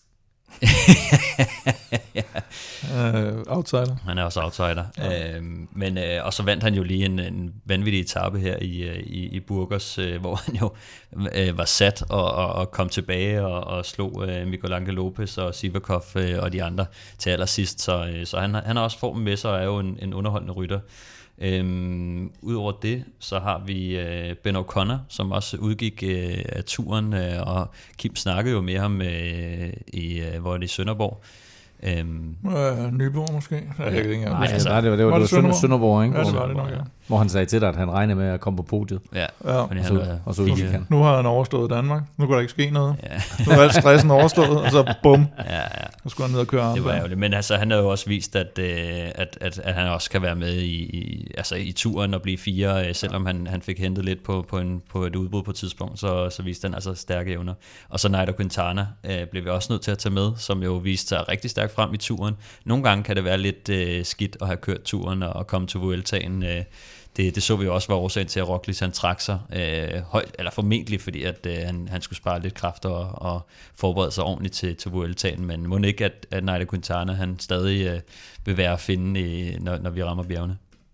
ja. uh, outsider. Han er også outsider. Ja. Uh, men, uh, og så vandt han jo lige en, en vanvittig etape her i, uh, i, i Burgos, uh, hvor han jo uh, var sat og, og, og kom tilbage og, og slog uh, Miguel Angel Lopez og Sivakov uh, og de andre til allersidst. Så, uh, så han, han har også formen med sig og er jo en, en underholdende rytter. Øhm, Udover det, så har vi øh, Ben O'Connor, som også udgik øh, af turen, øh, og Kim snakkede jo med ham øh, i, øh, hvor er det, i Sønderborg. Øhm, øh, Nyborg måske? Ja, jeg kan ikke Nej, altså, det var, det var, var det Sønderborg, Sønderborg ikke? Ja, det var det nok, ja. Hvor han sagde til dig, at han regnede med at komme på podiet. Ja, ja. Og, så, og så udgik han. Nu har han overstået Danmark. Nu kan der ikke ske noget. Ja. Nu er alt stressen overstået, og så bum. Ja, ja. Så skulle han ned og køre det var ærgerligt. Men altså, han har jo også vist, at, at, at, at han også kan være med i, i, altså, i turen og blive fire, selvom han, han fik hentet lidt på, på, en, på et udbrud på et tidspunkt, så, så viste han altså stærke evner. Og så Nairo Quintana øh, blev vi også nødt til at tage med, som jo viste sig rigtig stærkt frem i turen. Nogle gange kan det være lidt øh, skidt at have kørt turen og komme til Vueltaen. Øh, det, det så vi jo også var årsagen til, at Roglic han trak sig øh, højt, eller formentlig, fordi at, øh, han, han skulle spare lidt kræfter og, og forberede sig ordentligt til, til Vueltaen. Men må ikke, at, at Nairo Quintana han stadig øh, vil være at finde, i, når, når vi rammer bjergene.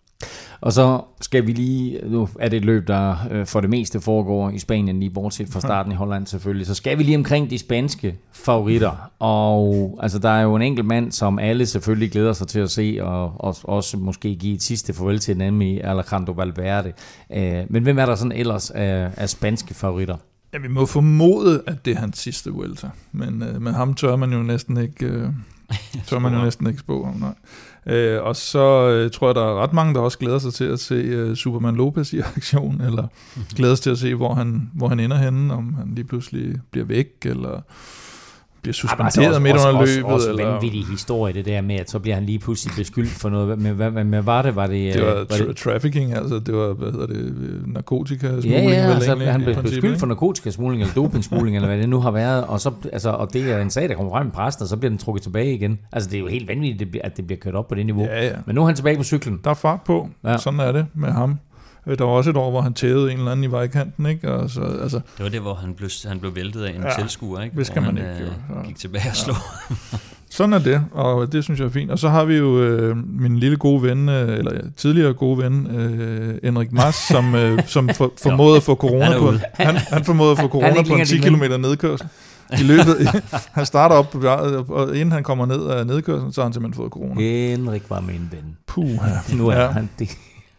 Og så skal vi lige, nu er det et løb, der øh, for det meste foregår i Spanien, lige bortset fra starten i Holland selvfølgelig, så skal vi lige omkring de spanske favoritter. Og altså, der er jo en enkelt mand, som alle selvfølgelig glæder sig til at se, og, og også måske give et sidste farvel til, nemlig Alejandro Valverde. Øh, men hvem er der sådan ellers af, af spanske favoritter? Ja, vi må formode, at det er hans sidste Vuelta, men øh, med ham tør man jo næsten ikke, øh, tør man jo næsten ikke spå ham, nej. Øh, og så øh, tror jeg, der er ret mange, der også glæder sig til at se øh, Superman Lopez i aktion, eller mm-hmm. glæder sig til at se, hvor han, hvor han ender henne, om han lige pludselig bliver væk, eller bliver suspenderet altså midt under også, løbet. Også, også eller vanvittig historie, det der med, at så bliver han lige pludselig beskyldt for noget. Men hvad, hvad, hvad var det? Var det, det var, var tra- det? trafficking, altså det var, hvad hedder det, narkotikasmugling. Ja, ja, altså, egentlig, han blev beskyldt for narkotikasmugling, eller dopingsmugling, eller hvad det nu har været, og, så, altså, og det er en sag, der kommer frem i pressen, og så bliver den trukket tilbage igen. Altså det er jo helt vanvittigt, at det bliver kørt op på det niveau. Ja, ja. Men nu er han tilbage på cyklen. Der er fart på, ja. Sådan er det med ham. Der var også et år, hvor han tævede en eller anden i vejkanten, ikke? Og så, altså, det var det, hvor han blev, han blev væltet af en ja, tilskuer, ikke? Det skal hvor man han, ikke, jo. Ja. Gik tilbage og slog. Ja. Sådan er det, og det synes jeg er fint. Og så har vi jo øh, min lille gode ven, øh, eller tidligere gode ven, øh, Enric Mas, som, øh, som for, formåede at få corona han på en, han, han formåede at få corona på en ti kilometer nedkørsel. I løbet, han starter op, og inden han kommer ned af nedkørslen, så har han simpelthen fået corona. Enric var min ven. Puh, ja. Nu er ja. han det.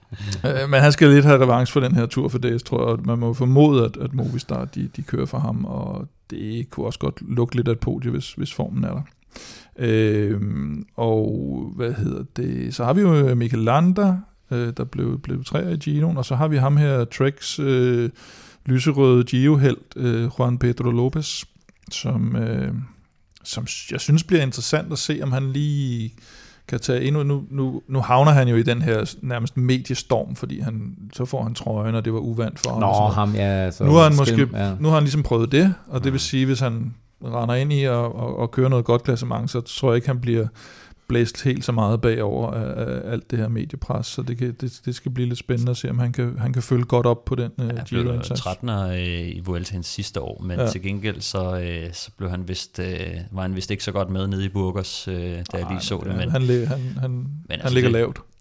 Men han skal lidt have revanche for den her tur for det, tror jeg. Man må formode, at, at Movistar, de, de kører for ham, og det kunne også godt lukke lidt af et podie, hvis, hvis formen er der. Øhm, og hvad hedder det? Så har vi jo Mikel Landa, øh, der blev, blev træer i Giroen, og så har vi ham her, Treks øh, lyserøde Giro-helt, øh, Juan Pedro Lopez, som, øh, som jeg synes bliver interessant at se, om han lige kan tage endnu, nu, nu, nu havner han jo i den her nærmest mediestorm, fordi han, så får han trøjen, og det var uvandt for ham. Nå, ham, ja. Så nu har han måske, ja. nu har han ligesom prøvet det, og det vil sige, hvis han render ind i og, og, og kører noget godt klassement, så tror jeg ikke, han bliver blæst helt så meget bagover af, af alt det her mediepres, så det, kan, det, det skal blive lidt spændende at se, om han kan, han kan følge godt op på den uh, Giro-indsats. Han blev trettener øh, i Vueltaens sidste år, men ja. til gengæld så, øh, så blev han vist, øh, var han vist ikke så godt med nede i Burgos, øh, da jeg lige så det. Men, men, han, han, han, men han altså ligger det, lavt.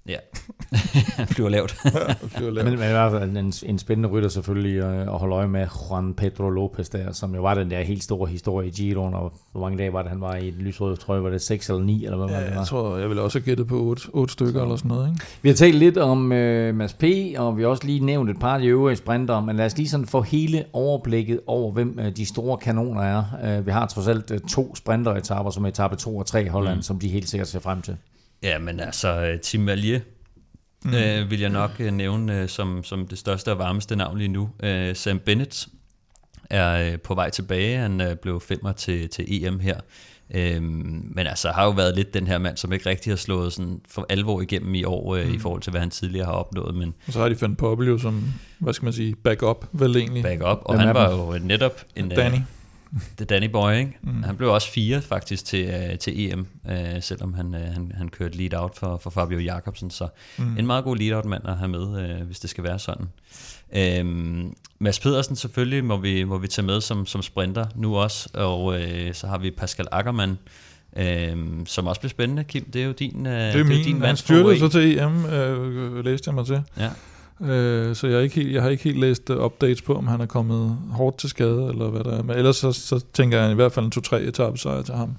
Ja, han flyver lavt. ja, flyver lavt. Men, men i hvert fald en, en spændende rytter selvfølgelig at, at holde øje med, Juan Pedro Lopez der, som jo var den der helt store historie i Giroen, og hvor mange dage var det, han var i den lysrøde trøje, var det seks eller ni, eller hvad ja, var det var? Jeg tror, jeg ville også have gættet på otte, otte stykker så. Eller sådan noget, ikke? Vi har talt lidt om øh, Mads P., og vi har også lige nævnt et par af de øvrige sprinter, men lad os lige sådan få hele overblikket over, hvem øh, de store kanoner er. Øh, vi har trods alt øh, to sprinteretapper, som er etape to og tre i Holland, mm. som de helt sikkert ser frem til. Ja, men altså, Tim Merlier mm. øh, vil jeg nok øh, nævne øh, som, som det største og varmeste navn lige nu. Øh, Sam Bennett er øh, på vej tilbage. Han øh, blev femmer til, til E M her. Øh, men altså har jo været lidt den her mand, som ikke rigtig har slået sådan for alvor igennem i år, øh, mm. i forhold til, hvad han tidligere har opnået. Men og så har de Van Poppel jo som, hvad skal man sige, backup vel egentlig. Backup, og han var jo netop en... Danny. Det Danny Boy, ikke? Mm. Han blev også fire faktisk til, uh, til E M, uh, selvom han, uh, han, han kørte lead-out for, for Fabio Jakobsen. Så mm. en meget god lead-out-mand at have med, uh, hvis det skal være sådan. Uh, Mads Pedersen selvfølgelig må vi, må vi tage med som, som sprinter nu også, og uh, så har vi Pascal Ackermann, uh, som også bliver spændende. Kim, det er jo din uh, det er, det er min, din han styrtede så til E M, uh, læste jeg mig til. Ja. Øh, så jeg, er ikke helt, jeg har ikke helt læst uh, updates på, om han er kommet hårdt til skade, eller hvad der er. Men ellers så, så tænker jeg i hvert fald en to-tre etapesejr til ham.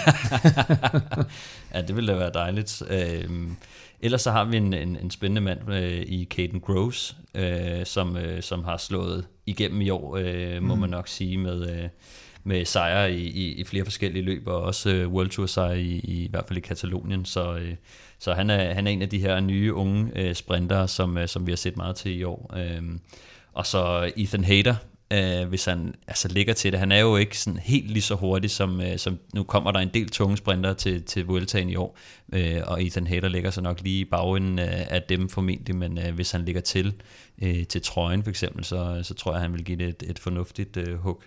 Ja, det ville da være dejligt. Øh, ellers så har vi en, en, en spændende mand øh, i Caden Groves, øh, som, øh, som har slået igennem i år, øh, må mm. man nok sige, med... Øh, med sejre i, i, i flere forskellige løb, og også uh, World Tour sejre i, i, i hvert fald i Katalonien, så, uh, så han, er, han er en af de her nye unge uh, sprintere, som, uh, som vi har set meget til i år. Uh, og så Ethan Hayter, uh, hvis han altså ligger til det, han er jo ikke sådan helt lige så hurtig, som, uh, som nu kommer der en del tunge sprintere til, til Vueltaen i år, uh, og Ethan Hayter ligger så nok lige i bagenden uh, af dem formentlig, men uh, hvis han ligger til, uh, til trøjen for eksempel, så, så tror jeg, han vil give det et, et fornuftigt uh, hug.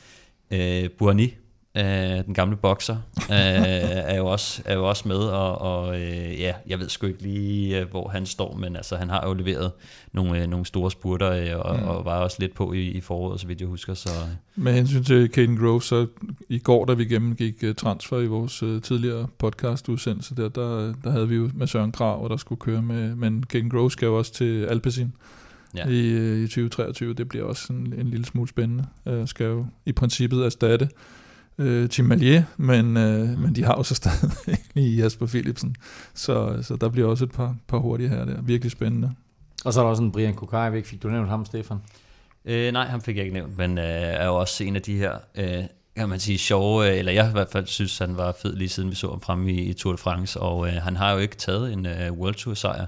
Uh, Buani, uh, den gamle bokser, uh, er, jo også, er jo også med, og, og uh, ja, jeg ved sgu ikke lige, uh, hvor han står, men altså, han har jo leveret nogle, uh, nogle store spurter, uh, og, mm. og var også lidt på i, i foråret, så vidt jeg husker. Så. Med hensyn til Caden Groves, så i går, da vi gennemgik uh, transfer i vores uh, tidligere podcast-udsendelse, der, der, der havde vi jo med Søren Krav, der skulle køre med, men Caden Groves skal jo også til Alpecin. Ja. I, i tyve treogtyve, det bliver også en, en lille smule spændende. Jeg skal jo i princippet erstatte øh, Tim Merlier, men, øh, mm. men de har jo så stadig i Jasper Philipsen, så, så der bliver også et par, par hurtige her der. Virkelig spændende. Og så er der også en Brian Kokajevic. Fik du nævnt ham, Stefan? Øh, nej, ham fik jeg ikke nævnt, men øh, er jo også en af de her, øh, kan man sige, sjove, eller jeg i hvert fald synes, han var fed lige siden vi så ham fremme i, i Tour de France, og øh, han har jo ikke taget en øh, World Tour sejr.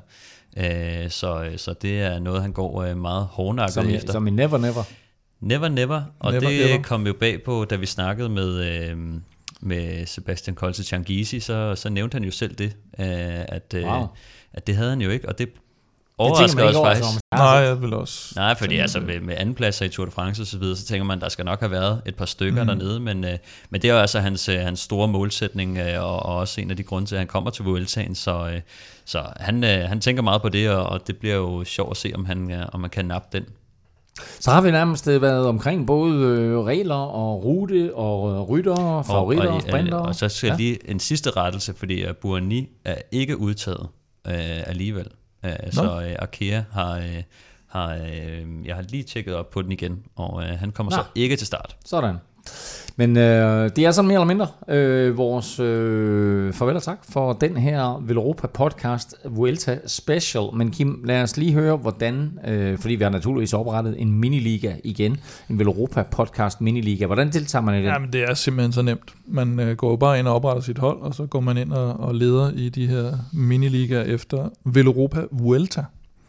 Uh, så, så det er noget, han går uh, meget hårdnakket som i, efter. Som i never, never. Never, never. Og never, det never. kom jo bag på, da vi snakkede med, uh, med Sebastian Colse-Changizi, så, så nævnte han jo selv det, uh, at, uh, wow. at det havde han jo ikke, og det overrasker os faktisk. Over, Nej, jeg vil også. Nej, fordi altså med, med andenpladser i Tour de France og så videre, så tænker man, der skal nok have været et par stykker mm. dernede, men, uh, men det er jo altså hans, uh, hans store målsætning, uh, og, og også en af de grunde til, at han kommer til Vueltaen, så, uh, så han, uh, han tænker meget på det, og, og det bliver jo sjovt at se, om, han, uh, om man kan nappe den. Så har vi nærmest været omkring både øh, regler og rute og øh, rytter, favoritter og, og sprinter. Og så skal ja. lige en sidste rettelse, fordi uh, Buani er ikke udtaget uh, alligevel. Uh, så uh, Arkea har, uh, har uh, jeg har lige tjekket op på den igen, og uh, han kommer Nå. så ikke til start. Sådan. Men øh, det er sådan mere eller mindre øh, vores øh, farvel og tak for den her Velropa podcast Vuelta Special. Men Kim, lad os lige høre, hvordan, øh, fordi vi har naturligvis oprettet en miniliga igen, en Velropa podcast miniliga. Hvordan deltager man i den? Jamen det er simpelthen så nemt. Man øh, går bare ind og opretter sit hold, og så går man ind og, og leder i de her miniliga efter Velropa Vuelta.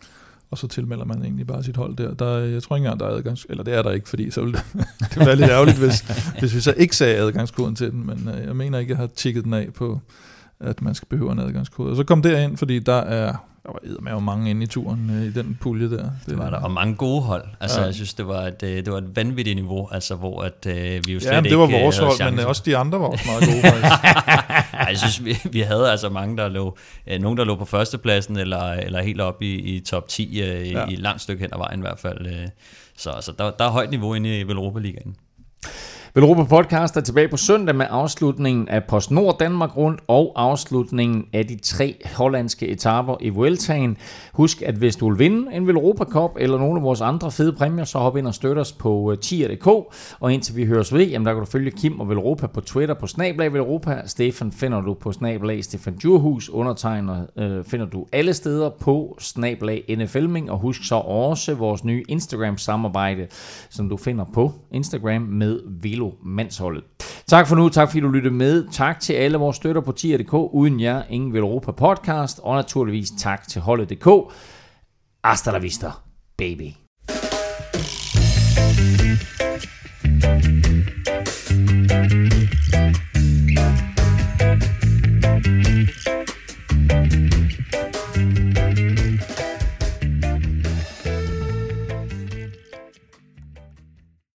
Og så tilmelder man egentlig bare sit hold der. der jeg tror ikke engang, der er adgangs... Eller det er der ikke, fordi så ville det, det være lidt ærgerligt, hvis, hvis vi så ikke sagde adgangskoden til den. Men øh, jeg mener ikke, jeg har tikket den af på, at man skal behøve en adgangskode. Og så kom derind, fordi der er... Der var eddermame mange inde i turen øh, i den pulje der. Det, det var der, og mange gode hold. Altså, ja. Jeg synes, det var, et, det var et vanvittigt niveau, altså, hvor at, øh, vi jo slet ja, ikke det var vores hold, chance. men også de andre var også meget gode. Ej, jeg synes, vi, vi havde altså mange, der lå, øh, nogen, der lå på førstepladsen, eller, eller helt op i, i top ti, øh, ja. i et langt stykke hen ad vejen i hvert fald. Øh. Så, så der, der er højt niveau inde i Velropa-ligaen. Velropa Podcast er tilbage på søndag med afslutningen af PostNord Danmark rundt og afslutningen af de tre hollandske etaper i Vueltaen. Husk, at hvis du vil vinde en Velropa Cup eller nogle af vores andre fede præmier, så hop ind og støt os på tier punktum d k. Og indtil vi høres ved, jamen der kan du følge Kim og Velropa på Twitter på snabel-a Velropa. Stefan finder du på snabel-a Stefan Djurhus. Undertegner øh, finder du alle steder på snabel-a N F Elming. Og husk så også vores nye Instagram-samarbejde, som du finder på Instagram med Velo Mandsholdet. Tak for nu, tak fordi du lyttede med. Tak til alle vores støtter på tier punktum d k. Uden jer, ingen Velropa Podcast. Og naturligvis tak til holdet punktum d k. Hasta la vista, baby.